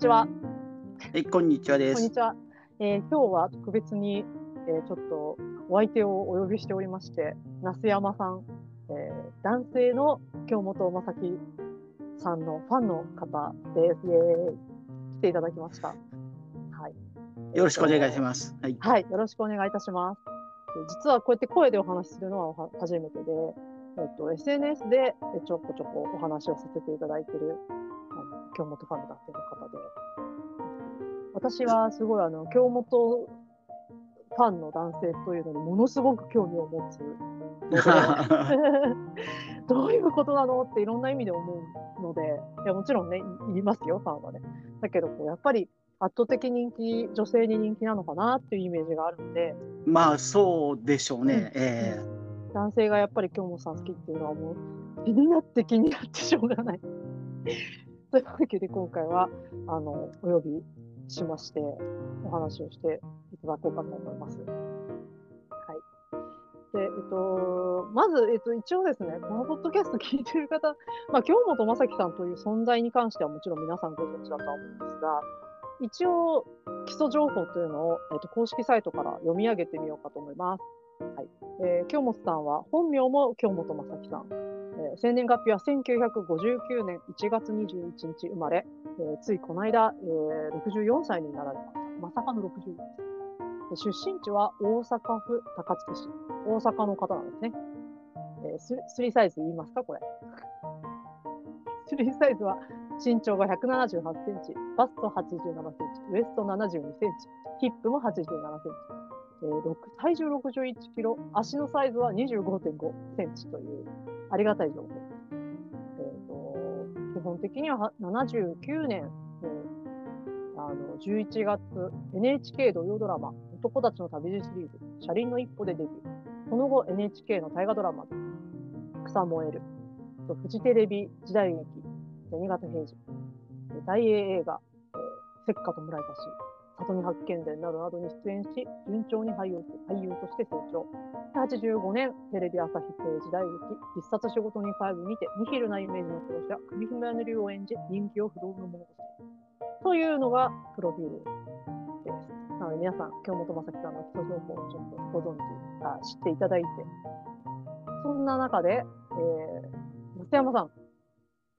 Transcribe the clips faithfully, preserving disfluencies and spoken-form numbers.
ちは。 はい、こんにちはです。 こんにちは。えー、今日は特別に、えー、ちょっとお相手をお呼びしておりまして、那須山さん、えー、男性の京本正樹さんのファンの方です。えー、来ていただきました。はい。えーよろしくお願いしとます。はい。 はい、よろしくお願いいたします。実はこうやって声でお話しするのは初めてで、えっと、エスエヌエス でちょこちょこお話をさせていただいているあの京本ファンの男性の方で、私はすごいあの京本ファンの男性というのにものすごく興味を持つのでどういうことなのっていろんな意味で思うので、いやもちろんね、いりますよ、ファンはね。だけどこうやっぱり圧倒的人気、女性に人気なのかなっていうイメージがあるので、 まあ、そうでしょううんね。 うん、 え男性がやっぱり京本さん好きっていうのはもう気になって気になってしょうがないというわけで今回はあのお呼びしましてお話をしていただこうかと思います。はい。で、えっと、まず、えっと、一応ですね、このポッドキャスト聞いてる方、まあ、京本正樹さんという存在に関してはもちろん皆さんご存知だとは思うんですが、一応、基礎情報というのを、えっと、公式サイトから読み上げてみようかと思います。はい。えー、京本さんは、本名も京本正樹さん。えー、生年月日はせんきゅうひゃくごじゅうきゅうねんいちがつにじゅういちにち生まれ、えー、ついこの間、えー、ろくじゅうよんさいになられました。まさかのろくじゅうよんさい。出身地は大阪府高槻市。大阪の方なんですね。えー、ス, スリーサイズ言いますかこれ。スリーサイズは身長がひゃくななじゅうはちセンチ、バストはちじゅうななセンチ、ウエストななじゅうにセンチ、ヒップもはちじゅうななセンチ、えー、体重ろくじゅういちキロ、足のサイズは にじゅうごてんごセンチというありがたい情報です。えー、と基本的にはななじゅうきゅうねん、えー、あのじゅういちがつ エヌエイチケー 土曜ドラマ男たちの旅路シリーズ車輪の一歩でデビュー。その後 エヌエイチケー の大河ドラマで草燃える、フジテレビ時代劇銭形平次、大英映画、えー、せっかと村井橋、里見八犬伝などなどに出演し、順調に俳優俳優として成長。はちじゅうごねん、テレビ朝日系時代劇、必殺仕事にファイブにて、ニヒルなイメージの殺し屋、組姫の竜を演じ、人気を不動のものとする。というのがプロフィールです。なので皆さん、京本正樹さんの基礎情報をちょっとご存知、あ知っていただいて、そんな中で、えー、松山さん、はい、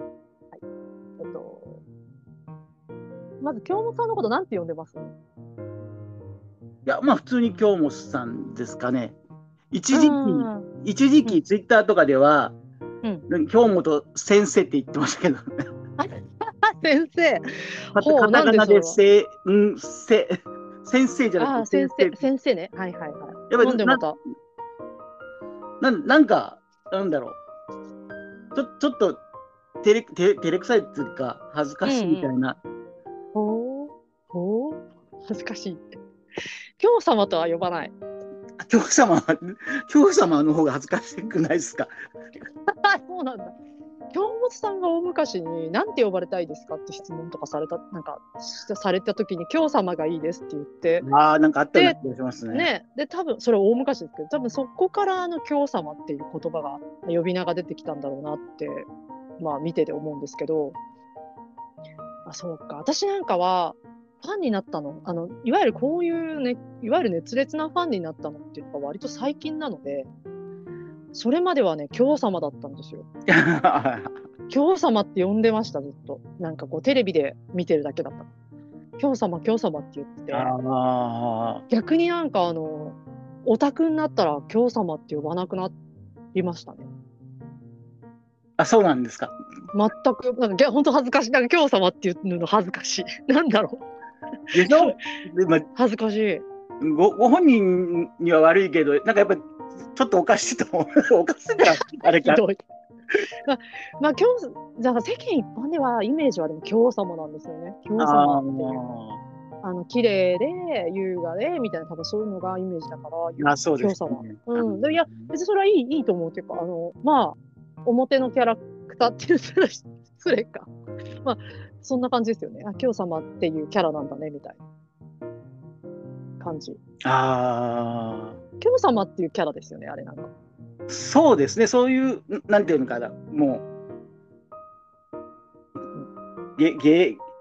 えっと、まず京本さんのことなんて呼んでます？ いや、まあ、普通に京本さんですかね。一時期、一時期、ツイッターとかでは、うん、京本先生って言ってましたけど、ね、 先生、 カタカナでせ、ん、せ、先生じゃなくて先生。 あ、先生ね。はいはいはい。 やっぱりなんでまたな、なんか、なんだろう。ちょちょっと照れ、照れ、照れくさいっていうか、恥ずかしいみたいな。 うんうん、ほう、ほう、恥ずかしいって。京様とは呼ばない。 京様は、京様の方が恥ずかしくないですか？ そうなんだ。京本さんが大昔に何て呼ばれたいですかって質問とかされた、なんかされた時に京様がいいですって言って、 ああ、なんかあったような気がしますね。 ね、で多分それは大昔ですけど、多分そこからあの京様っていう言葉が呼び名が出てきたんだろうなって、まあ見てて思うんですけど、あ、そうか。私なんかはファンになったの、あのいわゆるこういうね、いわゆる熱烈なファンになったのっていうのが割と最近なので、それまではね、京様だったんですよ。京様って呼んでました、ずっと。なんかこうテレビで見てるだけだった。京様、京様って言ってて、逆になんかあのオタクになったら京様って呼ばなくなりましたね。 あ、そうなんですか。 全くなんか本当恥ずかしい。なんか京様っていうの恥ずかしい。なんだろう。でしょ？で、まあ、 恥ずかしい。 ご。ご本人には悪いけど、なんかやっぱりちょっとおかしいと思う。おかしいからあれか。 ひどい。まあ、まあ、京じゃあ世間一般ではイメージはでも京様なんですよね。京様っていうあの綺麗で優雅でみたいな、多分そういうのがイメージだから、 あ、そうですね、 ね。 うん、でいや別にそれはいいいいと思うっていうか、あのまあ表のキャラクターっていう失礼か、まあそんな感じですよね。あ、京様っていうキャラなんだねみたいな感じ。 ああ。 京様っていうキャラですよね、あれなんか。 そうですね、そういう、なんていうのかな、もう、芸、芸、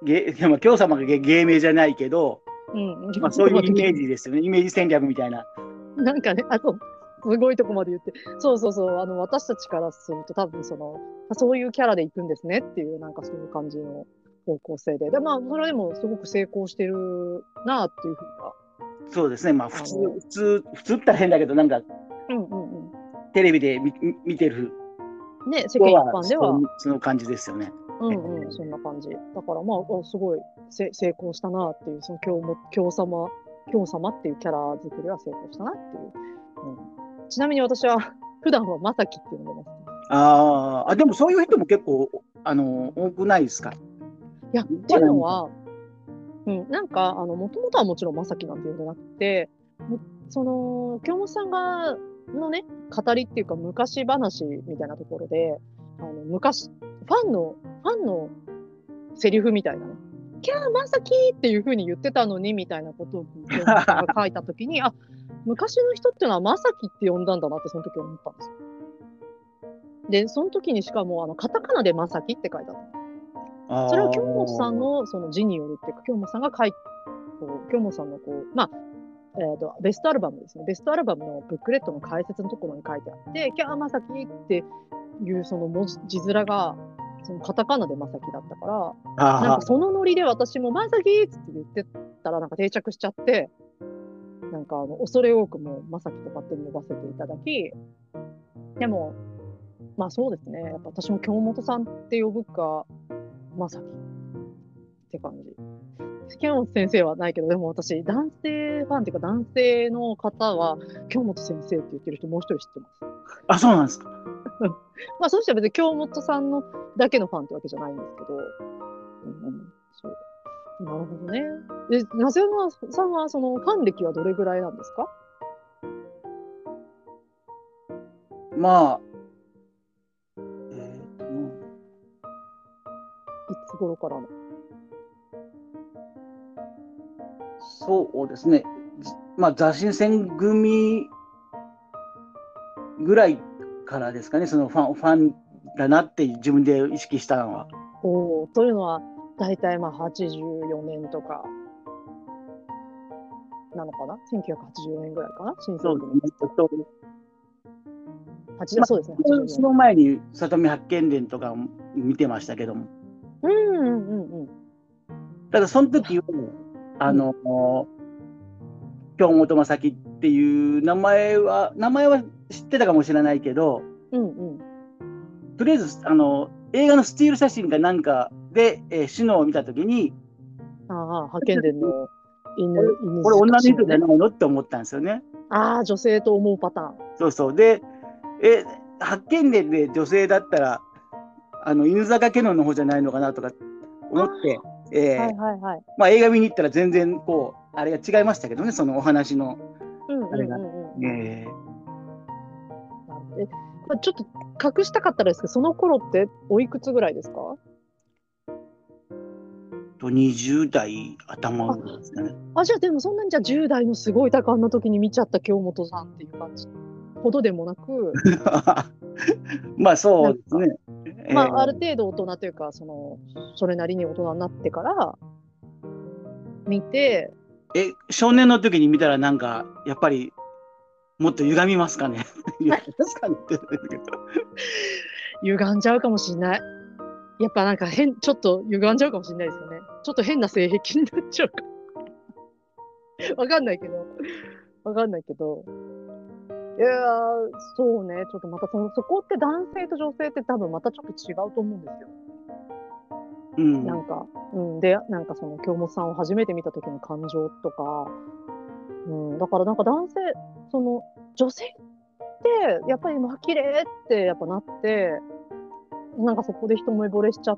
芸まあ京様が芸芸名じゃないけど、 うん、 まあ、そういうイメージですよね。イメージ戦略みたいな。 なんかね、あと、すごいとこまで言って、そうそうそう、あの、私たちからすると多分その、そういうキャラで行くんですねっていう、なんかそういう感じの方向性で。で、まあ、それでもすごく成功してるなっていうふうな、 そうですね。まあ普通、 あの、 普通、普通って言ったら変だけど、なんかうんうんうテレビで見見てるん。ね、世間一人はそ般では、 その感じですよね。 うんうん、そんな感じ。だからまあ、おすごいせ成功したなっていう、その今日も、今日様、今日様っていうキャラ作りは成功したなっていう。うん、ちなみに私は、普段はまさきって呼んでます。 あーあ、でもそういう人も結構、あの、多くないですか？ いや、っていうのは、うん、なんか、あの、もともとはもちろんまさきなんて呼んでなくて、もその、京本さんが、のね、語りっていうか昔話みたいなところで、あの、昔、ファンの、ファンのセリフみたいなね、キャー、まさきっていう風に言ってたのに、みたいなことを京本さんが書いたときに、あ、昔の人っていうのはまさきって呼んだんだなってその時思ったんですよ。で、その時にしかも、あの、カタカナでまさきって書いてあった。それは京本さんのその字によるっていうか、京本さんが書いこう京本さんのこう、まあ、えーと、ベストアルバムですね。ベストアルバムのブックレットの解説のところに書いてあって、キャーまさきっていうその文字字面が、そのカタカナでまさきだったから、 あなんかそのノリで私もまさきって言ってたらなんか定着しちゃって、なんかあの恐れ多くもまさきと勝手に呼ばせていただき、でも、まあそうですね。やっぱ私も京本さんって呼ぶか、まさきって感じ。京本先生はないけど、でも私、男性ファンっていうか、男性の方は、京本先生って言ってる人もう一人知ってます。 あ、そうなんですか。 まあ、そうしたら別に京本さんのだけのファンってわけじゃないんですけど、うんうん、そう。なるほどね。で、なぜまさんは、その、ファン歴はどれぐらいなんですか？ まあ、えーとねいつ頃からの。 そうですね。じまあ、雑誌戦組ぐらいからですかね、そのファン、ファンだなって自分で意識したのは。 おお、というのは、大体まあはちじゅうよねんとかなのかな？ せんきゅうひゃくはちじゅうよねんぐらいかな、新選組。 そうですね。そうはち、 まそうですね、 あ、そはちじゅうよねん。 の前に里見八犬伝とかも見てましたけども、 うんうんうんうん。 ただそのいや、 時は、あうん。 の、京本政樹っていう名前は、名前は知ってたかもしれないけど、 うんうん。 とりあえず、あの、映画のスチール写真かなんかで、えー、シノを見たときに、 ああ、派遣伝のこれ、 犬、犬これ女の人塚氏のね。 じゃないのって思ったんですよね。 ああ、女性と思うパターン。 そうそう。で、え、発見伝で女性だったら、あの、犬坂家のの方じゃないのかなとか思って、 ああ、はえーいはいはい。 まあ、映画見に行ったら全然こう、あれが違いましたけどね、そのお話の、 うんうんあれが。 うんうん。 えなるほど。え、まあ、ちょっと隠したかったですけど、その頃っておいくつぐらいですか？ ー、とにじゅう代頭あ、 ぐらいですかね。 あ、じゃあでもそんなにじゃあじゅう代のすごい多感な時に見ちゃった京本さんっていう感じほどでもなく、 まあなんか、 そうですね。 まああるえー程度大人というか、その、それなりに大人になってから見て、 え、少年の時に見たらなんか、やっぱりもっと歪みますかね。歪みますかねって言うんですけど。 歪んじゃうかもしれない。やっぱなんか変、ちょっと歪んじゃうかもしれないですよね。ちょっと変な性癖になっちゃうか。わかんないけど。わかんないけど。いやー、そうね。ちょっとまたその、そこって男性と女性って多分またちょっと違うと思うんですよ。 うん。 なんか、うん。で、なんかその、京本さんを初めて見た時の感情とか、うん。だからなんか男性、その、女性って、やっぱりまあ綺麗ってやっぱなって、なんかそこで一目惚れしちゃって、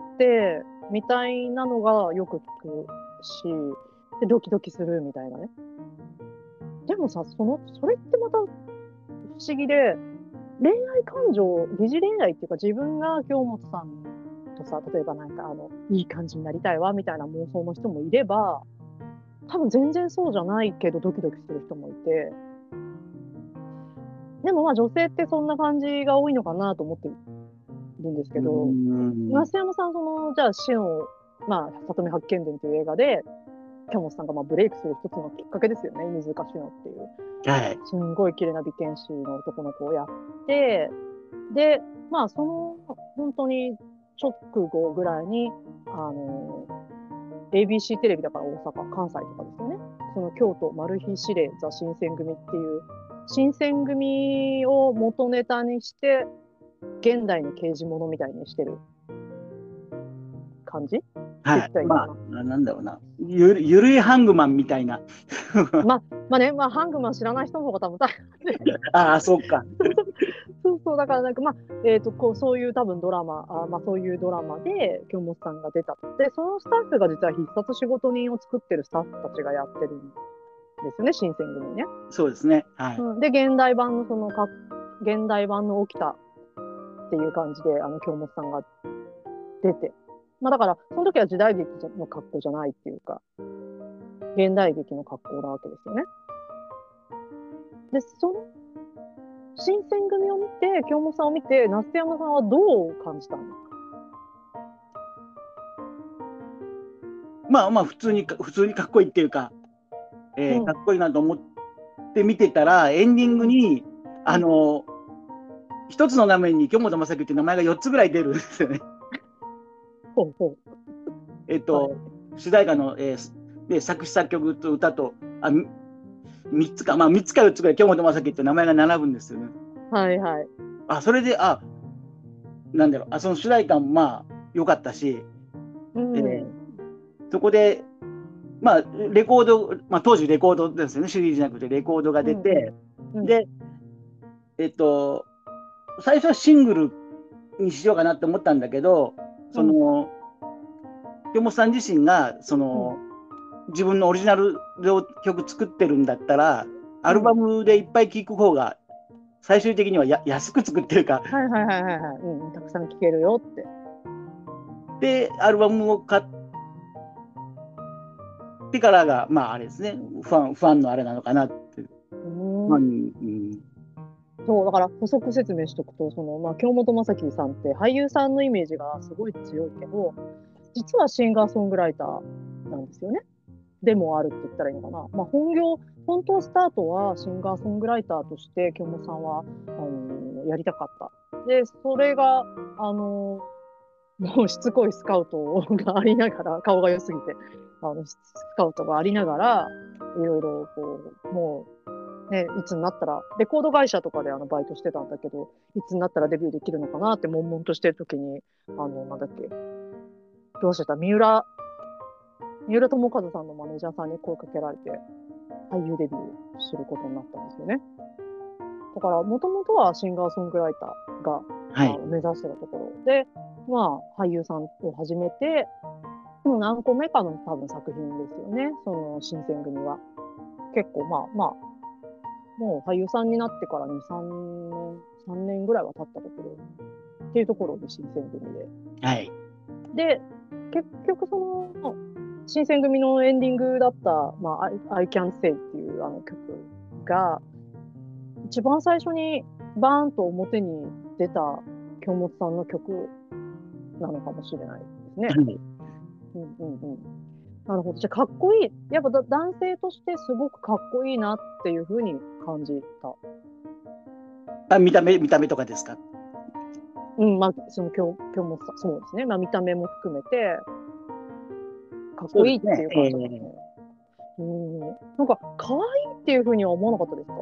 みたいなのがよく聞くし、で、ドキドキするみたいなね。でもさ、その、それってまた不思議で、恋愛感情、疑似恋愛っていうか自分が京本さんとさ、例えばなんかあの、いい感じになりたいわみたいな妄想の人もいれば、多分全然そうじゃないけどドキドキする人もいて、でもまあ女性ってそんな感じが多いのかなと思ってるんですうけど、 ん。 増山さん、その、じゃあ、シオまあ、里見八犬伝という映画で、京本さんがまあブレイクする一つのきっかけですよね、犬塚志乃っていう。 はい。 すんごい綺麗な美検師の男の子をやって、で、まあ、その、本当に直後ぐらいに、あの、エービーシー テレビだから大阪、関西とかですよね。その京都マル秘司令ザ新選組っていう、新選組を元ネタにして、現代の刑事物みたいにしてる感じって言はい。 ったらいいのまかあ、なんだろうな。ゆる、ゆるいハングマンみたいな。 な。まあ、まあね、まあ、ハングマン知らない人の方が多分大変で。 ああ、そうか。 そうそう、だからなんかまあ、えっと、こう、そういう多分ドラマ、あまあそういうドラマで京本さんが出たと。で、そのスタッフが実は必殺仕事人を作ってるスタッフたちがやってるんですよね、新選組ね。 そうですね。はい。 うん、で、現代版のそのか、現代版の起きたっていう感じで、あの、京本さんが出て。まあだから、その時は時代劇の格好じゃないっていうか、現代劇の格好なわけですよね。で、その新選組を見て、京本さんを見て、那須山さんはどう感じたんですか？ まあまあ、普通にか、普通にかっこいいっていうか、えーかっこいいなと思って見てたら、エンディングに、あの、一つの画面に京本政樹っていう名前がよっつぐらい出るんですよね。 ほうほえっう。はい。 と、主題歌の、えーで作詞作曲と歌と、あ、み三つか、まあ三つかよっつぐらい京本政樹っていう名前が並ぶんですよね。 はいはい。 あ、それで、あ、なんだろう、あ、その主題歌もまあ良かったし、 うえーん。 そこで、まあ、レコード、まあ、当時レコードですよね、シリーズじゃなくてレコードがうん。 出て、 うん。 で、えっと、最初はシングルにしようかなって思ったんだけど、 うん。 その、京本さん自身が、そうん。 の、自分のオリジナルで曲作ってるんだったら、アルバうん。 ムでいっぱい聴く方が、最終的にはや安く作ってるか、 はいはいはいはいはい。うん。たくさん聞けるよって。 で、アルバムを買ってからが、まああれですね、ファン、ファンのあれなのかなって。 うん。 ファン、うん、 そう、だから補足説明しとくと、その、まあ、京本政樹さんって俳優さんのイメージがすごい強いけど、実はシンガーソングライターなんですよね。でもあるって言ったらいいのかな。まあ、本業、本当スタートはシンガーソングライターとして京本さんは、あのやりたかった。で、それが、あのもうしつこいスカウトがありながら、顔が良すぎて、あの、スカウトがありながら、いろいろこう、もう、ね、いつになったら、レコード会社とかであのバイトしてたんだけど、いつになったらデビューできるのかなって悶々としてる時に、あの、なんだっけ、どうしてた三浦、三浦友和さんのマネージャーさんに声かけられて、俳優デビューすることになったんですよね。だから、もともとはシンガーソングライターが、 はい。 あの目指してたところで、まあ、俳優さんを始めて、もう何個目かの多分作品ですよね、その新選組は。結構まあまあ、もう俳優さんになってからに、さんねん、さんねんぐらいは経ったところっていうところで新選組で。 はい。 で、結局その、新選組のエンディングだった、まあ、I, I Can't Say っていうあの曲が、一番最初にバーンと表に出た京本さんの曲なのかもしれないですね。 はい。 うんうんうん。なるほど。じゃあ、かっこいい。やっぱだ男性としてすごくかっこいいなっていうふうに感じた。 あ、見た目、見た目とかですか？ うん、まあ、その京、京本さん、そうですね。まあ、見た目も含めて、かっこいいっていそうですね。えう感じだったね。 ー、 うん。なんか、可愛いっていうふうには思わなかったですか？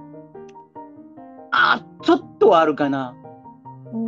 あ、ちょっとはあるかな。 うん。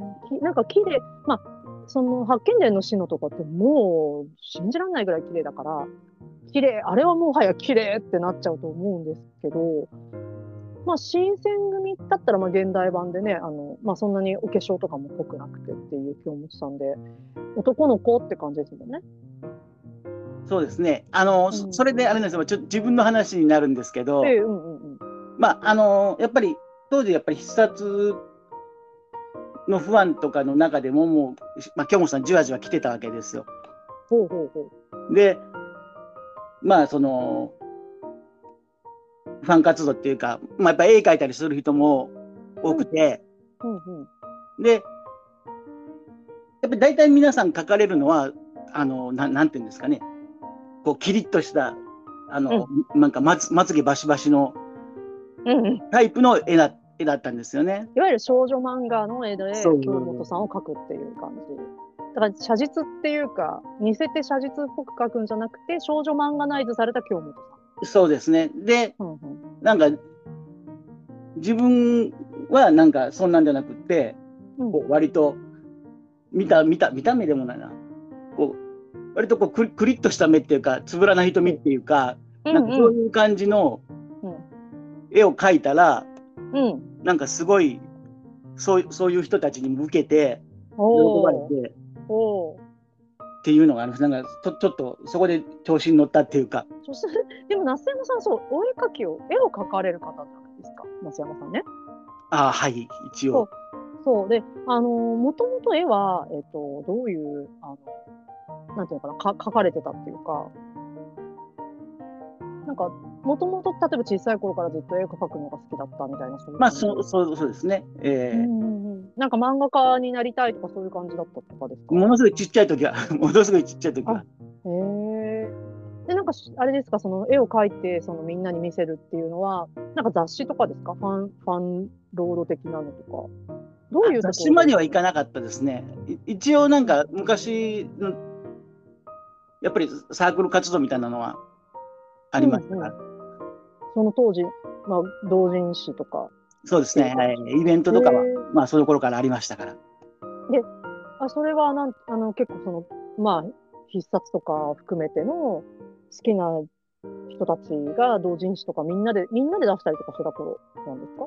きなんか、綺麗。まあ、その、八犬伝のシノとかってもう、信じられないぐらい綺麗だから、綺麗、あれはもはや綺麗ってなっちゃうと思うんですけど、まあ、新選組だったら、まあ、現代版でね、あの、まあ、そんなにお化粧とかも濃くなくてっていう京本さんで、男の子って感じですもんね。 そうですね。あの、 うん。 そそれであれなんですよ。ちょっと自分の話になるんですけど、 ええ、うんうんうん。 まあ、あの、やっぱり、当時やっぱり必殺のファンとかの中でも、もう、まあ、京本さんじわじわ来てたわけですよ。 ほうほうほで、まあ、その、ファン活動っていうか、まあ、やっぱ絵描いたりする人もう。 多うん、 くて、 うん、うん。 で、やっぱり大体皆さん書かれるのは、 あの、な、なんていうんですかね、こう、キリッとした、あうの、 ん。 なんかまつ、まつげバシバシのうんうん。 タイプの絵だ、絵だったんですよね。 いわゆる少女漫画の絵そで京本さんをう。 描くっていう感じ。だから写実っていうか、似せて写実っぽく描くんじゃなくて、少女漫画ナイズされた京本さそうですね。で、 ん。うんうん。 なんか、自分はなんかそんなんじゃなくって、 うん。 こう割と見た、見た、見た目でもないな。こう、割とこうクリ、クリッとした目っていうか、つぶらな瞳っていうか、なんかうんうん。 そういう感じのうん。 絵を描いたら、 うん。 なんかすごい、そう、そういう人たちに向けて、喜ばれおー。 ておー。 っていうのがあります。なんかちょ、ちょっとそこで調子に乗ったっていうか、 そして、でも、那須山さん、そう、お絵描きを、絵を描かれる方じゃないですか。那須山さんね。 ああ、はい、一応。 そう。そうで、あのー、もともと絵は、えっと、どういう、あの、なんていうのかな、か、描かれてたっていうか、なんか、もともと、例えば小さい頃からずっと絵を描くのが好きだったみたいな、そういうまあ、 感じ。 そう、そう、そうですね。 うんえうんうん。なんか漫画家になりたいとかそういう感じだったとかですか？ ーものすごいちっちゃい時は、ものすごいちっちゃい時あ、 は。 へえ。で、なんかし、あれですか、その絵を描いて、そのみんなに見せるっていうのは、なんか雑誌とかですか？ファン、ファンロード的なのとか。どうあ、 いうと雑誌まころで？ ではいかなかったですね。い一応なんうんか昔、うんやっぱりサークル活動みたいなのはあうんうん。 りましたから。 その当時、まあ、同人誌とかっていうそうですね。はい。 感じ。 イベントへとかは、 え。 まあ、その頃からありましたから。 で、あ、それはなん、あの、結構その、まあ、必殺とか含めての好きな人たちが同人誌とかみんなで、みんなで出したりとかしてた頃なんですか？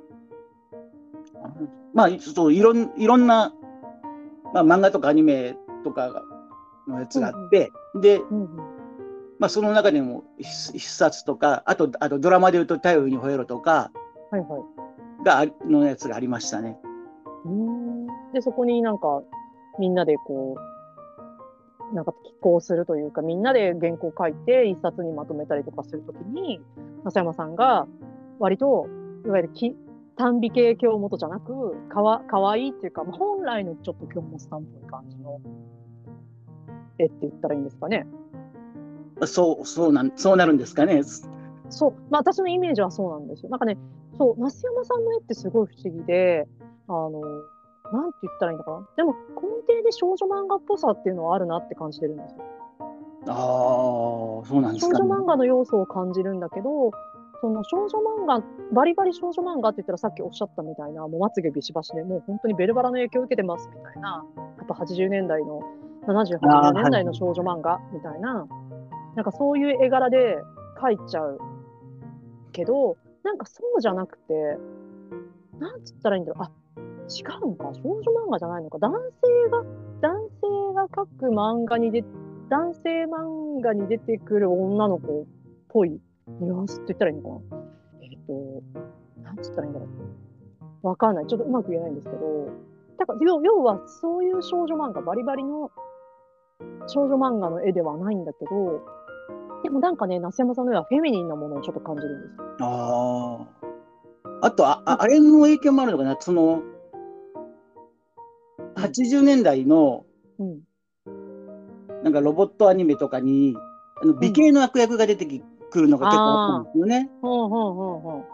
まあ、そう、いろん、いろんな、まあ、漫画とかアニメとかのやつうんがあって、で、 うんうんうん。 まあ、その中でも必殺とか、あと、あとドラマで言うと太陽にほえろとかはいはい。 があのやつがありましたね。 うーん。で、そこになんか、みんなでこう、なんか寄稿するというか、みんなで原稿書いて一冊にまとめたりとかするときに、増山さんが割と、いわゆるき短美系京本じゃなく、かわ、かわいいっていうか、まあ本来のちょっと京本さんっぽい感じの絵って言ったらいいんですかね。 そう、そうなん、そうなるんですかね。 そう、まあ私のイメージはそうなんですよ。なんかね、そう、増山さんの絵ってすごい不思議で、あの、なんて言ったらいいのかな。でも根底で少女漫画っぽさっていうのはあるなって感じてるんですよ。 ああ、そうなんですかね。 少女漫画の要素を感じるんだけど、その少女漫画、バリバリ少女漫画って言ったらさっきおっしゃったみたいな、もうまつげビシバシで、もう本当にベルバラの影響を受けてますみたいな、やっぱはちじゅうねんだいの、ななじゅう、80 ああ、 年はい。 代の少女漫画みたいな、なんかそういう絵柄で描いちゃうけど、なんかそうじゃなくて、なんつったらいいんだろう。あ、違うのか。少女漫画じゃないのか。男性が、男性が描く漫画にで、男性漫画に出てくる女の子っぽいニュアンスって言ったらいいのかな。えっと、なんつったらいいんだろう。わかんない。ちょっとうまく言えないんですけど、だから要要はそういう少女漫画、バリバリの少女漫画の絵ではないんだけど、でもなんかね、那須山さんの絵はフェミニンなものをちょっと感じるんですよ。 ああ。あと、あ、 なんか、 ああれの影響もあるのかな。その、 うん、 はちじゅうねんだいの、 うん、 なんかロボットアニメとかに、あのうん。 美形の悪役が出てくるのが結構あったんああ、 ですよね。 ほうほうほうほう。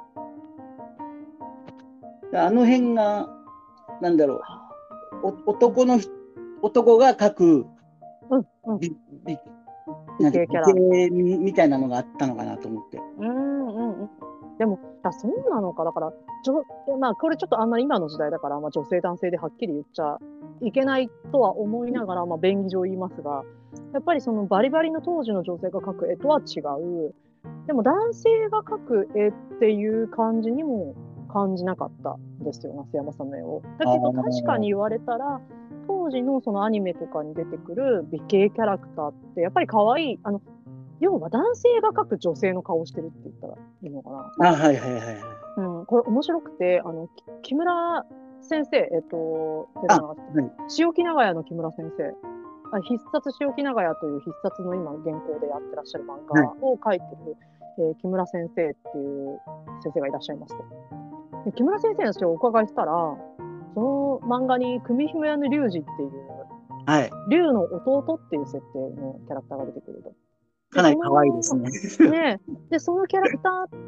であの辺が、なんだろう、お男の人、男が描くうん、うん。 美、美、 美なんていうか美形キャラみたい形みたいなのがあったのかなと思って。 な。うん、うん、うん。でも、あ、そうなのか。だから、ちょ、まあ、これちょっとあんまり今の時代だから、まあ、女性男性ではっきり言っちゃいけないとは思いながら、まあ、便宜上言いますが、やっぱりそのバリバリの当時の女性が描く絵とは違う。でも男性が描く絵っていう感じにも感じなかったんですよ、夏山さんの絵を。だあけど確かあ、 に言われたら、当時のそのアニメとかに出てくる美形キャラクターってやっぱり可愛い、あの、要は男性が描く女性の顔をしてるって言ったらいいのかな。 あ、はいはいはいはい。 うん、これ面白くて、あの、き木村先生、えっと、出てあ、 こなかった。 はい。 塩木長屋の木村先生。あ、必殺塩木長屋という必殺の今原稿でやってらっしゃる漫画はい。 を描いてる、えー木村先生っていう先生がいらっしゃいますと。で木村先生の話をお伺いしたら、その漫画に組姫屋の龍二っていうはい。 龍の弟っていう設定のキャラクターが出てくると。で、 かなりそ可愛いですね。 の、ね、で、そのキャラクターって、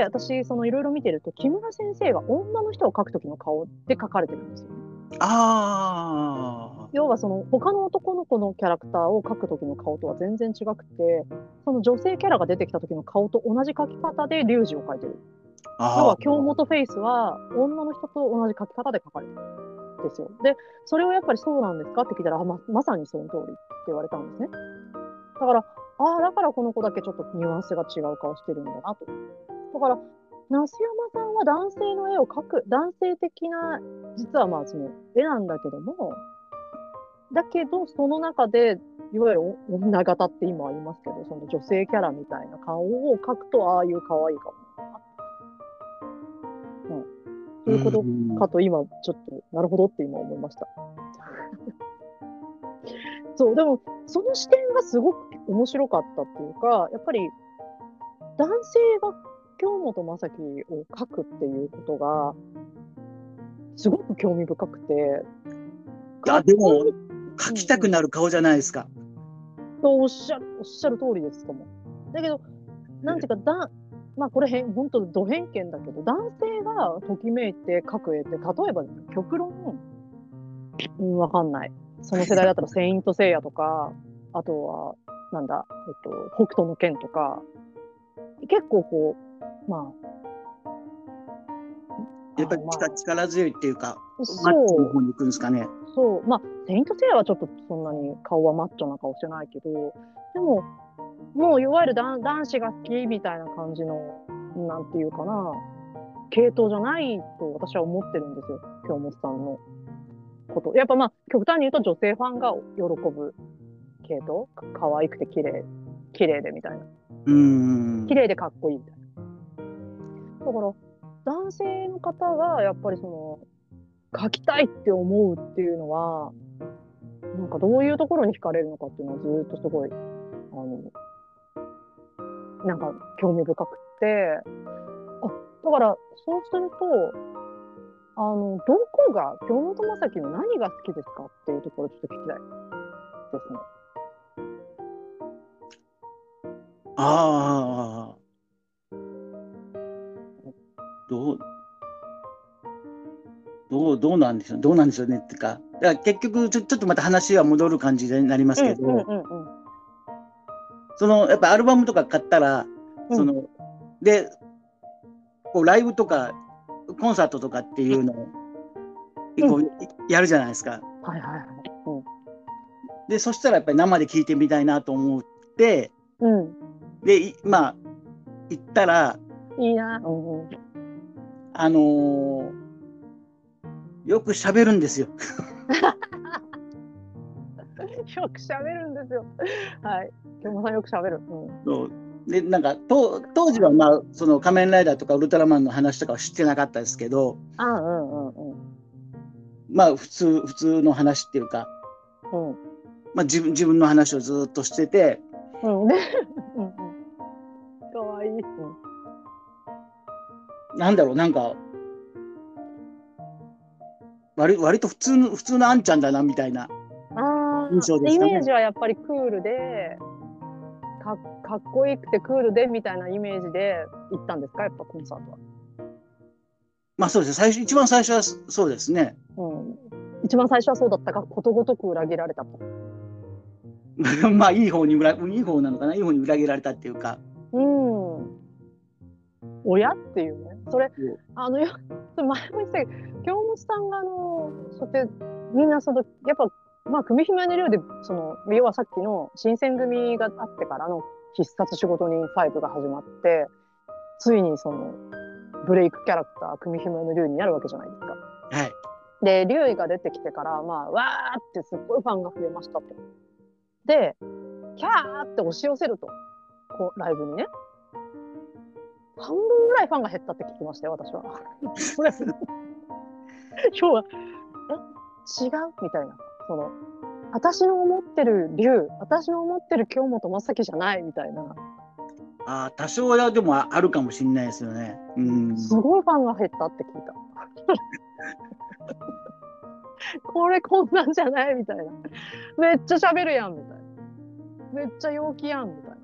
私、そのいろいろ見てると、木村先生が女の人を描くときの顔で描かれてるんですよね。 ああ。 要はその他の男の子のキャラクターを描く時の顔とは全然違くて、その女性キャラが出てきた時の顔と同じ描き方でリュウジを描いてる。要ああ。 は京本フェイスは女の人と同じ描き方で描かれてるんですよ。で、それをやっぱりそうなんですかって聞いたら、あま、まさにその通りって言われたんですね。だから、ああ、だからこの子だけちょっとニュアンスが違う顔してるんだなと。だから、那須山さんは男性の絵を描く、男性的な、実はまあその絵なんだけども、だけど、その中で、いわゆるお女型って今は言いますけど、その女性キャラみたいな顔を描くと、ああいう可愛い顔になるな。うん。そういうことうんかと今、ちょっと、なるほどって今思いました。そう、でも、その視点がすごく面白かったっていうか、やっぱり、男性が京本政樹を描くっていうことが、すごく興味深くて、 いや、 かっでも、 こいい。 描きたくうんうん。 なる顔じゃないですか。 とおっしゃる、おっしゃる通りですとも。だけど、なんていうか、だ、まあこれへん、本当ド偏見だけど、男性がときめいて描く絵って、例えばですね、極論、うん、わかんない。その世代だったら、セイントセイヤとか、あとは、なんだ、えっと、北斗の拳とか、結構こう、まあ、あ、 やっぱりま力力強いっていうか、 あ、 マッチョのそ方に行くんですかね。 う、そう、まあ、セイントセイヤはちょっとそんなに顔はマッチョな顔してないけど、でも、もういわゆる男男子が好きみたいな感じの、なんていうかな、系統じゃないと私は思ってるんですよ、京本さんのこと。やっぱまあ、極端に言うと女性ファンが喜ぶ系統、か可愛くて綺麗、綺麗でみたいな。 うーん。 綺麗でかっこいいみたいな。だから、男性の方がやっぱりその、描きたいって思うっていうのは、なんかどういうところに惹かれるのかっていうのはずっとすごい、あの、なんか興味深くて、あ、だから、そうすると、あの、どこが、京本政樹の何が好きですかっていうところをちょっと聞きたいですね。 ああ。どう、どう、どうなんでしょう。どうなんでしょうねっていうか。だから結局ちょ、ちょっとまた話は戻る感じになりますうんうんけど、 うんうん。 その、やっぱアルバムとか買ったら、 うん。 その、で、こうライブとか、コンサートとかっていうのを結構うん。 やるじゃないですか。 はいはいはい。うん。 で、そしたらやっぱり生で聴いてみたいなと思って、 うん。 で、いまあ、行ったら、 いいな。うんうん。 あのーよく喋るんですよ。 よく喋るんですよ。はい。京本さんよく喋る。うん。 そうで、なんか、と当時は、まあ、その仮面ライダーとかウルトラマンの話とかは知ってなかったですけど、 あ、うんうんうん。 まあ、普通、普通の話っていうか、 うん。 まあ、自分、自分の話をずっとしてて、 うん。ね。うんうん。かわいい。うん。 なんだろう、なんか、割、割と普通の、普通のあんちゃんだな、みたいな印ああ、イ象ですかね。 メージはやっぱりクールで、か、かっこよくてクールでみたいなイメージで行ったんですか、やっぱコンサートは。 まあ、そうですね。最初、一番最初はそうですね。 うん。一番最初はそうだったが、ことごとく裏切られたと。 まあ、いい方に裏、いい方なのかな、いい方に裏切られたっていうか。 うん。親っていうね。それ、あの、よ、前も言ってたけど、京本さんが、あの、そうやって、みんな、その、やっぱ、まあ、組姫の寮で、その、要はさっきの新選組があってからの必殺仕事人ファイブが始まって、ついにその、ブレイクキャラクター、組姫の寮になるわけじゃないですか。 はい。 で、竜医が出てきてから、まあ、わーってすっごいファンが増えましたと。で、キャーって押し寄せると。こう、ライブにね。半分ぐらいファンが減ったって聞きましたよ、私は。それ、要は、え、違うみたいな。その、私の思ってる竜、私の思ってる京本政樹じゃないみたいな。 ああ、多少はでもあるかもしれないですよね。うん。 すごいファンが減ったって聞いた。 これこんなんじゃないみたいな。めっちゃ喋るやんみたいな。めっちゃ陽気やんみたいな。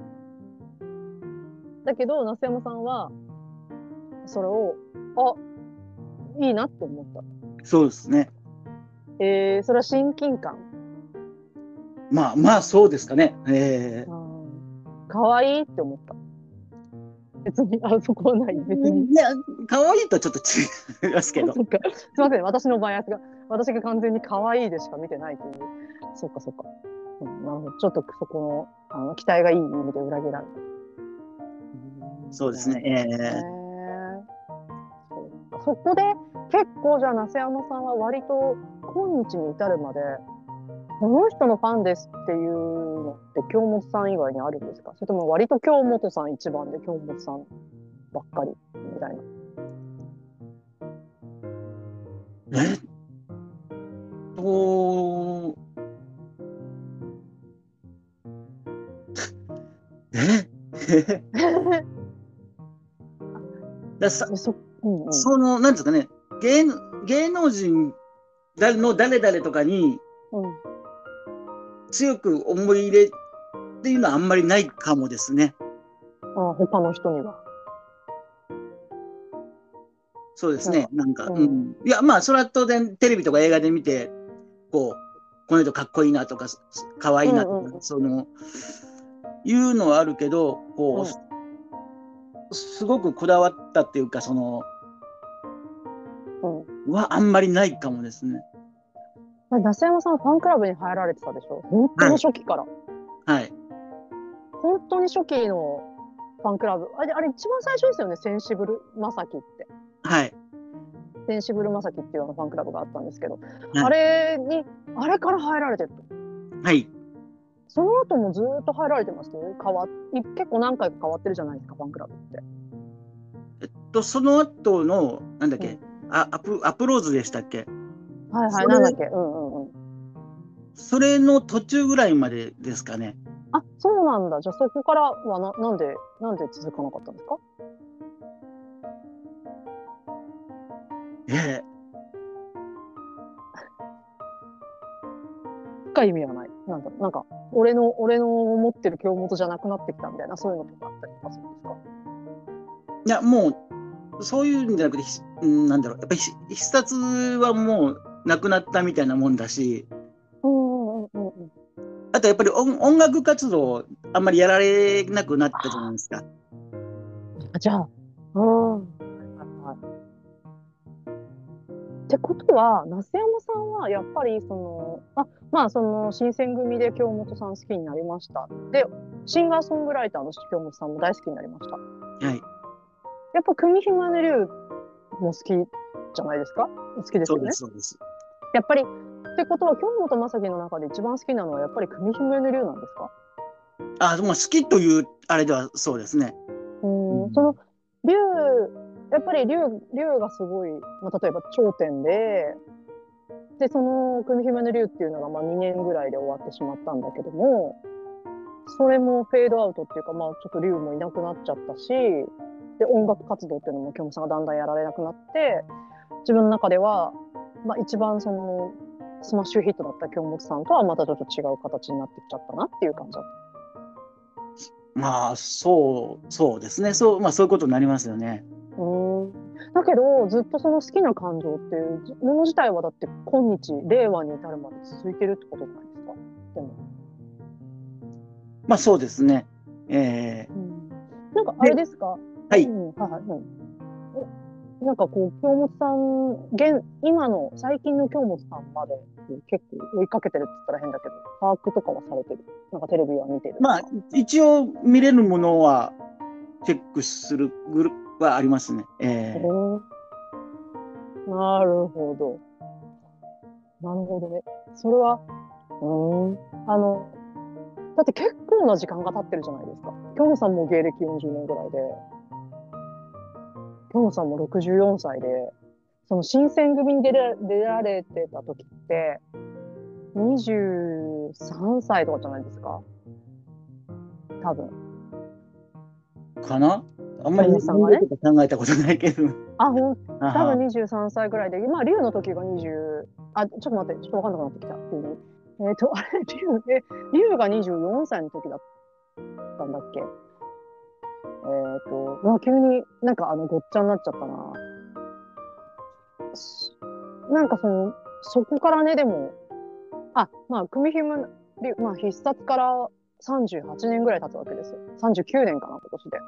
だけど、那須山さんは、それを、あ、いいなって思った。 そうですね。 えー、それは親近感。 まあまあ、そうですかね。えーかわいいって思った。別に、あそこはない。別に。 いや、可愛いとちょっと違いますけど。 そっか。すいません。私のバイアスが、私が完全に可愛いでしか見てないという。そっかそっか。うん、なるほど。ちょっとそこの、あの、期待がいい意味で裏切られた。 そうですね。 へえーー、そうか。そこで結構じゃあ、那須山さんは割と今日に至るまで、この人のファンですっていうのって京本さん以外にあるんですか？それとも割と京本さん一番で京本さんばっかりみたいな。 えっと、えださ、 そ、うんうん。 その、なんですかね、芸、芸能人の誰々とかにうん。 強く思い入れっていうのはあんまりないかもですね。 あ、他の人には。 そうですね。 なんか、 なんか、 うん。 うん。いや、まあ、それは当然テレビとか映画で見て、こう、この人かっこいいなとか、かわいいなとか、 うんうんその、いうのはあるけど、こうん。 う、すごくこだわったっていうか、その、 うん。 はあんまりないかもですね。 うん。那須山さんファンクラブに入られてたでしょ？本当のはい。 初期から。 はい。 本当に初期のファンクラブ。あれ、あれ一番最初ですよね。センシブルまさきって。 はい。 センシブルまさきっていうあのファンクラブがあったんですけど、あはい。 れに、あれから入られてると。 はい。 その後もずーっと入られてますね。変わっ、い結構何回か変わってるじゃないですか、ファンクラブって。 えっと、その後の、なんだっけ、 うん。 あ、アプ、アプローズでしたっけ？ はいはい、 それ、 なんだっけ。うんうんうん。 それの途中ぐらいまでですかね。 あ、そうなんだ。じゃあそこからはな、なんで、なんで続かなかったんですか？ ええ。 深い意味はない。なんだろう、なんか、俺の、俺の思ってる京本じゃなくなってきたみたいな、そういうのとかあったりとかするんですか？ いや、もう、そういうんじゃなくて、ひうんなんだろう、やっぱりひ必殺はもうなくなったみたいなもんだし、 うんうんうんうんうん。 あとやっぱり音、音楽活動、あんまりやられなくなったじゃないですか。 あ、じゃあ、うん。はいはい。ってことは、那須山さんはやっぱりその、あ、まあその新選組で京本さん好きになりました。で、シンガーソングライターの京本さんも大好きになりました。 はい。 やっぱ組姫の竜も好きじゃないですか？好きですそうです、 よね。 そうです。 やっぱり、ってことは京本政樹の中で一番好きなのはやっぱり組姫の竜なんですか？ あ、もう好きという、あれではそうですね。 うん、そうん、 の竜、やっぱり竜、竜がすごい、まあ、例えば頂点で、で、その組姫の竜っていうのがまあにねんぐらいで終わってしまったんだけども、それもフェードアウトっていうか、まあちょっと竜もいなくなっちゃったし、で、音楽活動っていうのも京本さんがだんだんやられなくなって、自分の中では、まあ一番その、スマッシュヒットだった京本さんとはまたちょっと違う形になってきちゃったなっていう感じだった。 まあ、そう、そうですね。そう、まあそういうことになりますよね。 うーん。だけど、ずっとその好きな感情っていうもの自体はだって今日、令和に至るまで続いてるってことじゃないですか。でも。 まあそうですね。えうん。なんかー、で、 あれですか？あ、 はい。 うん、はいはい、うん。え、なんかこう、京本さん、現、今の、最近の京本さんまで結構追いかけてるって言ったら変だけど、把握とかはされてる？なんかテレビは見てるとまあ、 か。 一応見れるものはチェックするグループはありますね。えー、 おー、なるほど。なるほどね。それは、うーん。あの、だって結構な時間が経ってるじゃないですか。京本さんも芸歴よんじゅうねんぐらいで、京本さんもろくじゅうよんさいで、その新選組に出ら、出られてた時って、にじゅうさんさいとかじゃないですか。多分。 かなあんま京り本さんがね。 年齢とか考えたことないけど。 あ、ほん、多分あは、 にじゅうさんさいぐらいで、まあ、竜の時がにじゅうあ、ちょっと待って、ちょっとわかんなくなってきた。急にえっと、あれ、リュウ、え、リュウがにじゅうよんさいの時だったんだっけ？えっと、まあ、急になんかあの、ごっちゃになっちゃったな。しなんかその、そこからね、でも、あ、まあ、組紐、りまあ、必殺からさんじゅうはちねんぐらい経つわけですよ。さんじゅうきゅうねんかな、今年で。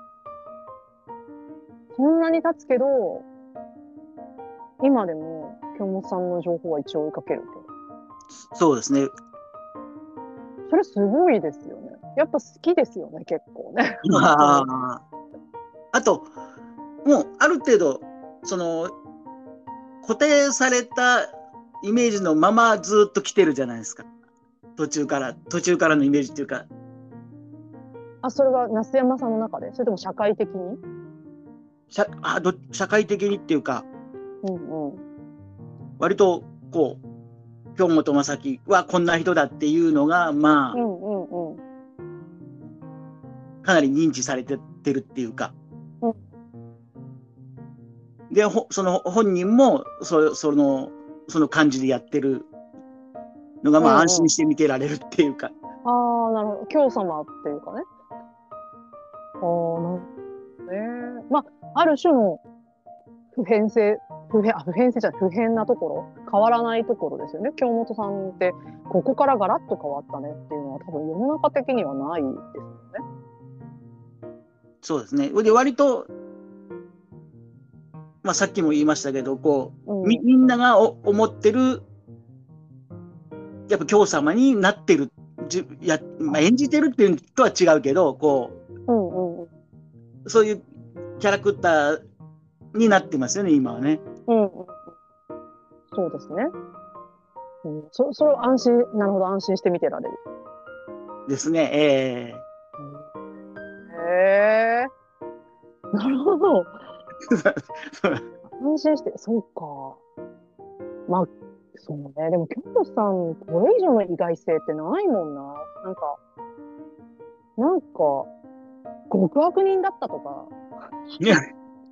そんなに経つけど、今でも、京本さんの情報は一応追いかけるけど。 そうですね。 それすごいですよね。やっぱ好きですよね、結構ね。本当に。 まあ、あと、もうある程度、その、固定されたイメージのままずっと来てるじゃないですか。途中から、途中からのイメージっていうか、 あ、それは那須山さんの中で、それとも社会的に？ 社あど社会的にっていうか、 うんうん。 割とこう、京本政樹はこんな人だっていうのが、まうんうんうん。 あ、かなり認知されてってるっていうか、 うん。 で、ほその本人もそその、その感じでやってるのが、まあ安うんうん。 心して見てられるっていうか、 ああ、なるほど。京様っていうかね。ああ、なるほどね。まあ、ある種の普遍性、普遍、あ、普遍性じゃない、普遍なところ、変わらないところですよね。京本さんって、ここからガラッと変わったねっていうのは多分世の中的にはないですよね。 そうですね。で、割と、まあさっきも言いましたけど、こう、み、 うん。 みんながお思ってる、やっぱ京様になってる、じや、まあ、演じてるっていうのとは違うけど、こうんうんうん。 う、そういうキャラクターになってますよね、今はね。 うんうん。そうですね。うん、そ、それを安心、なるほど、安心して見てられる。 ですね。ええへえ、なるほど。 ー安心して、そうか。まあ、そうね。でも、京都さん、これ以上の意外性ってないもんな。なんか、なんか、極悪人だったとか、 いや、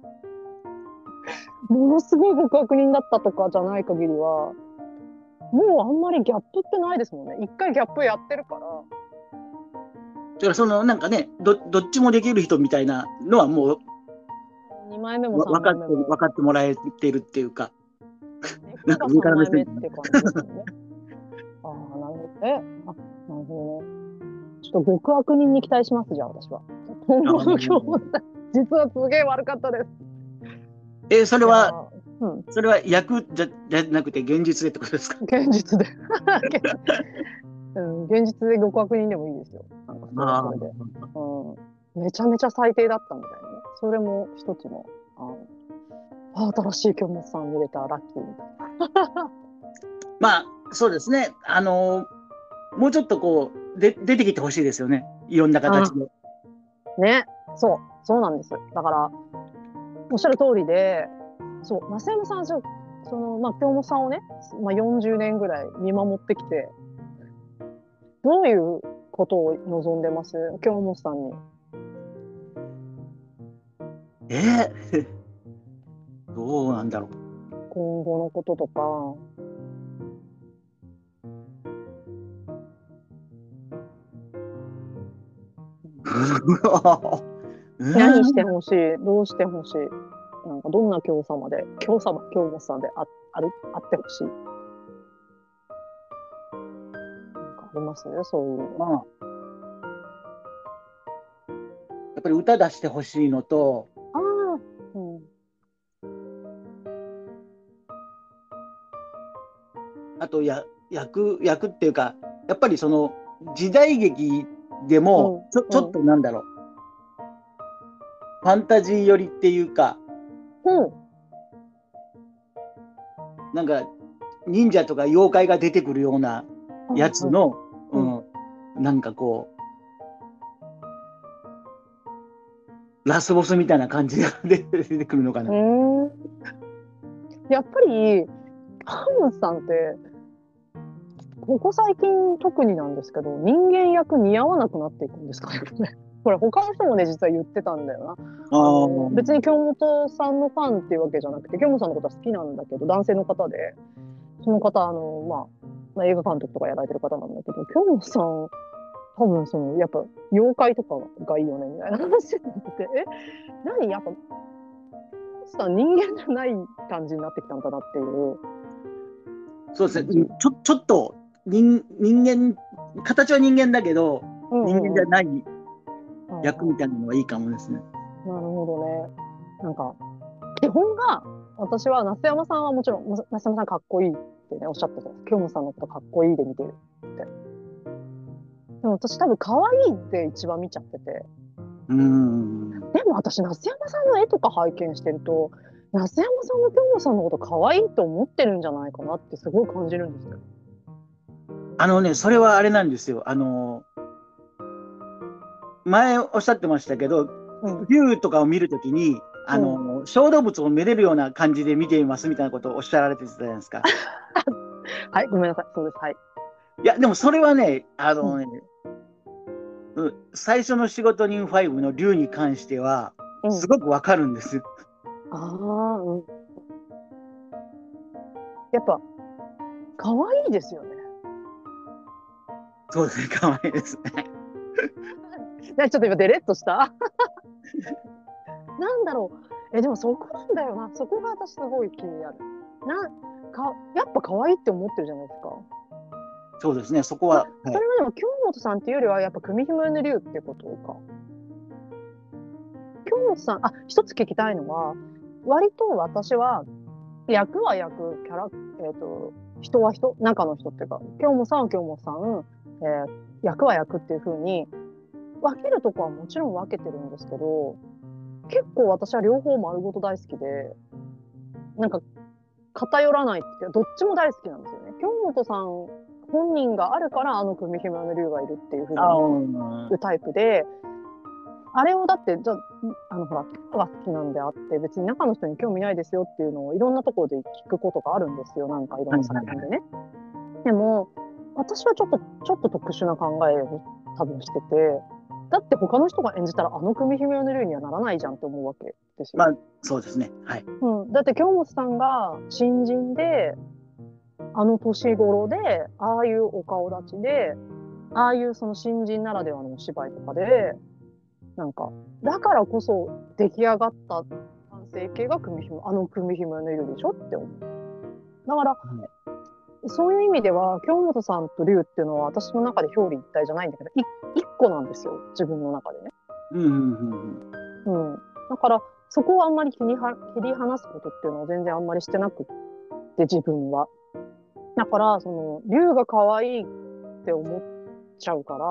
ものすごい極悪人だったとかじゃない限りは、もうあんまりギャップってないですもんね。一回ギャップやってるから。 だからそのなんかね、ど、どっちもできる人みたいなのはもうにまいめもわ分 3 かってる、 枚目も、 分かってもらえてるっていうか、なんかが3 上から目枚目っ線かな。 て感じですもんね。ああ、なるほどね。あ、なるほどね。ちょっと極悪人に期待します、じゃあ私は。本あ物の京の本さん、実はすげえ悪かったです。 え、それいやは、 ー、うん、 それは役じゃ、じゃなくて現実でってことですか？ 現実で。うん、現実で極悪人でもいいですよ。なんかそれはあそれで。 あ。 うん、めちゃめちゃ最低だったみたいなね。それも一つの、ああ、新しい京本さん見れたラッキーみたいな。 まあ、そうですね。あのもうちょっとこう、で、出てきてほしいですよね。いろんな形あで。 ね、そう、そうなんです。だから、おっしゃる通りで、そう、増山さん、そその、まあ、京本さんをね、まあ、よんじゅうねんぐらい見守ってきて、どういうことを望んでます京本さんに？ えー、どうなんだろう。 今後のこととか、 うーん。 何してほしいどうしてほしいなんかどんな京様で、京様、京本さんであ、ある、あってほしい。なんかありますそういうの。 まあ、やっぱり歌出してほしいのと、 ああ、うん。 あとや、役、役っていうか、やっぱりその時代劇でも、 うん、 ちょ、ちょっうん、 となんだろう、ファンタジー寄りっていうか、 うん。 なんか忍者とか妖怪が出てくるようなあ、はい。 やつの、ううん。 ん、なんかこう、ラスボスみたいな感じが出てくるのかうな。 ーん。やっぱり、ハムさんって、ここ最近特になんですけど、人間役似合わなくなっていくんですかね。これ他の人もね、実は言ってたんだよな。 ああの、別あ、 に京本さんのファンっていうわけじゃなくて、京本さんのことは好きなんだけど、男性の方で、 その方、あの、まあ、まあ、映画監督とかやられてる方なんだけど、京本さん、多分その、やっぱ、妖怪とかがいいよね、みたいな話になってて、え、何やっぱ、さ、人間じゃない感じになってきたんだなっていう。 そうですね。ちょ、ちょっと人、人間、形は人間だけど、 うんうんうん、 人間じゃない役みいたいなのはいいかもですね。 なるほどね。なんか、基本が、私は、那須山さんはもちろん、那須山さんかっこいいってね、おっしゃってた。京本さんのことかっこいいで見てるって。でも私多分可愛いって一番見ちゃってて。 うーん。 でも私、那須山さんの絵とか拝見してると、那須山さんの京本さんのこと可愛いと思ってるんじゃないかなってすごい感じるんですよ。 あのね、それはあれなんですよ。あの、前おっしゃってましたけど、 うん、 竜とかを見るときに、あの、うん、小動物をめでるような感じで見ていますみたいなことをおっしゃられてたじゃないですか。 はい、ごめんなさい。そうです。はい。 いや、でもそれはね、あのね、うん、最初の仕事人ファイブの竜に関しては、すごくわかるんですよ。 うん、ああ、うん。やっぱ、可愛いですよね。 そうですね、可愛いですね。 ちょっと今デレッとしたなんだろう。え、でもそこなんだよな。そこが私すごい気になる。な、か、やっぱ可愛いって思ってるじゃないですか。 そうですね、そこは。 それはでも京本さんっていうよりはやっぱ組紐の竜ってことか。京本さん、あ、一つ聞きたいのは、割と私は役は役、キャラ、えっと、人は人、中の人っていうか、京本さんは京本さん、えー役は役っていう風に分けるとこはもちろん分けてるんですけど、結構私は両方丸ごと大好きで、なんか偏らないっていうか、どっちも大好きなんですよね。京本さん本人があるからあの組紐の竜がいるっていう風に思うタイプで、あれをだって、じゃあ、あのほら、人が好きなんであって、別に中の人に興味ないですよっていうのをいろんなところで聞くことがあるんですよ。なんかいろんな作品でね。でも、私はちょっと、ちょっと特殊な考えを多分してて、だって他の人が演じたらあの組紐の竜にはならないじゃんって思うわけですよ。 まあ、そうですね。はい。 うん。だって京本さんが新人で、あの年頃で、ああいうお顔立ちで、ああいうその新人ならではのお芝居とかで、なんか、だからこそ出来上がった完成形が組紐、あの組紐のいるでしょって思う。だから、うん、そういう意味では、京本さんと龍っていうのは私の中で表裏一体じゃないんだけど、一個なんですよ、自分の中でね。 うんうんうん、 うん。だから、そこをあんまり切りは切り離すことっていうのを全然あんまりしてなくって、自分は。だから、その、龍が可愛いって思っちゃうから、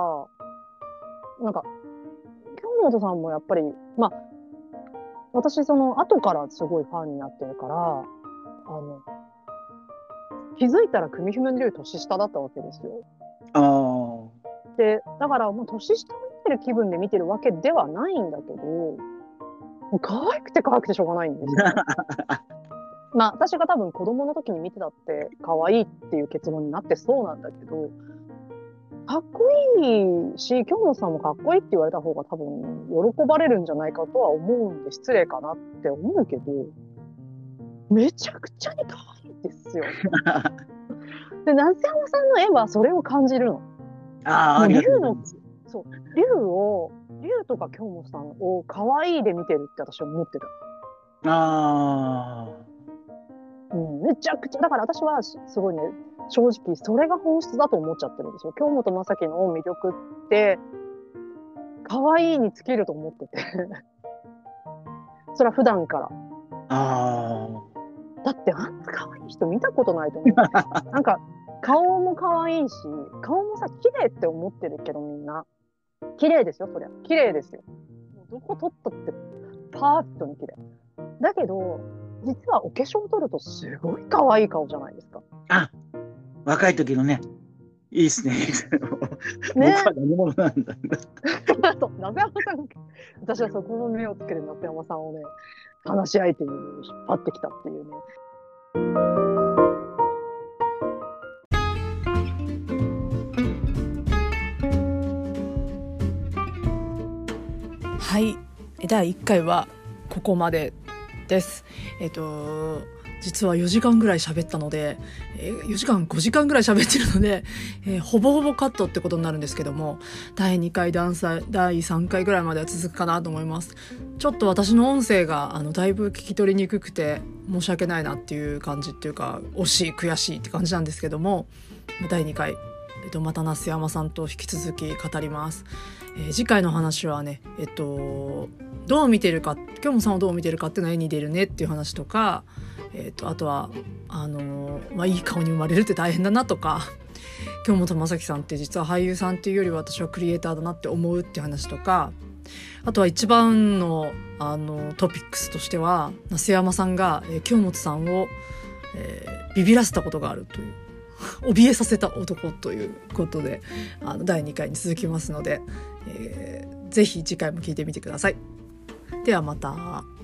なんか、京本さんもやっぱり、まあ、私、その、後からすごいファンになってるから、あの、気づいたら組紐の龍年下だったわけですよ。 ああ。 で、だからもう年下を見てる気分で見てるわけではないんだけど、もう可愛くて可愛くてしょうがないんですよ。まあ、私が多分子供の時に見てたって可愛いっていう結論になってそうなんだけど、かっこいいし、京本さんもかっこいいって言われた方が多分喜ばれるんじゃないかとは思うんで失礼かなって思うけど、めちゃくちゃに可愛いですよ。で、那須山さんの絵はそれを感じるの。 ああ、ありがとうございます。 そう、龍を、龍とか京本さんを可愛いで見てるって私は思ってた。 ああ。うん、めちゃくちゃ、だから私はすごいね、正直それが本質だと思っちゃってるんですよ。京本政樹の魅力って、可愛いに尽きると思ってて。それは普段から。 あ。 だってあんな可愛い人見たことないと思う。なんか、顔も可愛いし、顔もさ、綺麗って思ってるけどみんな。綺麗ですよ、そりゃ。綺麗ですよ。もうどこ撮ったってパーフェクトに綺麗。だけど、実はお化粧を取るとすごい可愛い顔じゃないですか。 あ、若い時のね、いいっすね。僕は何者なんだ。 そう、那須山さん、私はそこの目をつける那須山さんをね、話し相手に引っ張ってきたっていうね。 はい、だいいっかいはここまでです。えっと実はよじかんぐらい喋ったので、えー、よじかんごじかんぐらい喋ってるので、えー、ほぼほぼカットってことになるんですけども、だいにかいだいさんかいぐらいまでは続くかなと思います。ちょっと私の音声があのだいぶ聞き取りにくくて申し訳ないなっていう感じっていうか、惜しい悔しいって感じなんですけども、だいにかい、えっと、また那須山さんと引き続き語ります。えー、次回の話はね、えっとどう見てるか、今日もさんをどう見てるかっていうのは絵に出るねっていう話とか、えー、とあとはあのーまあ、いい顔に生まれるって大変だなとか、京本政樹さんって実は俳優さんっていうよりは私はクリエイターだなって思うって話とか、あとは一番の、あのトピックスとしては那須山さんが、えー、京本さんを、えー、ビビらせたことがあるという怯えさせた男ということで、あのだいにかいに続きますので、えー、ぜひ次回も聞いてみてください。ではまた。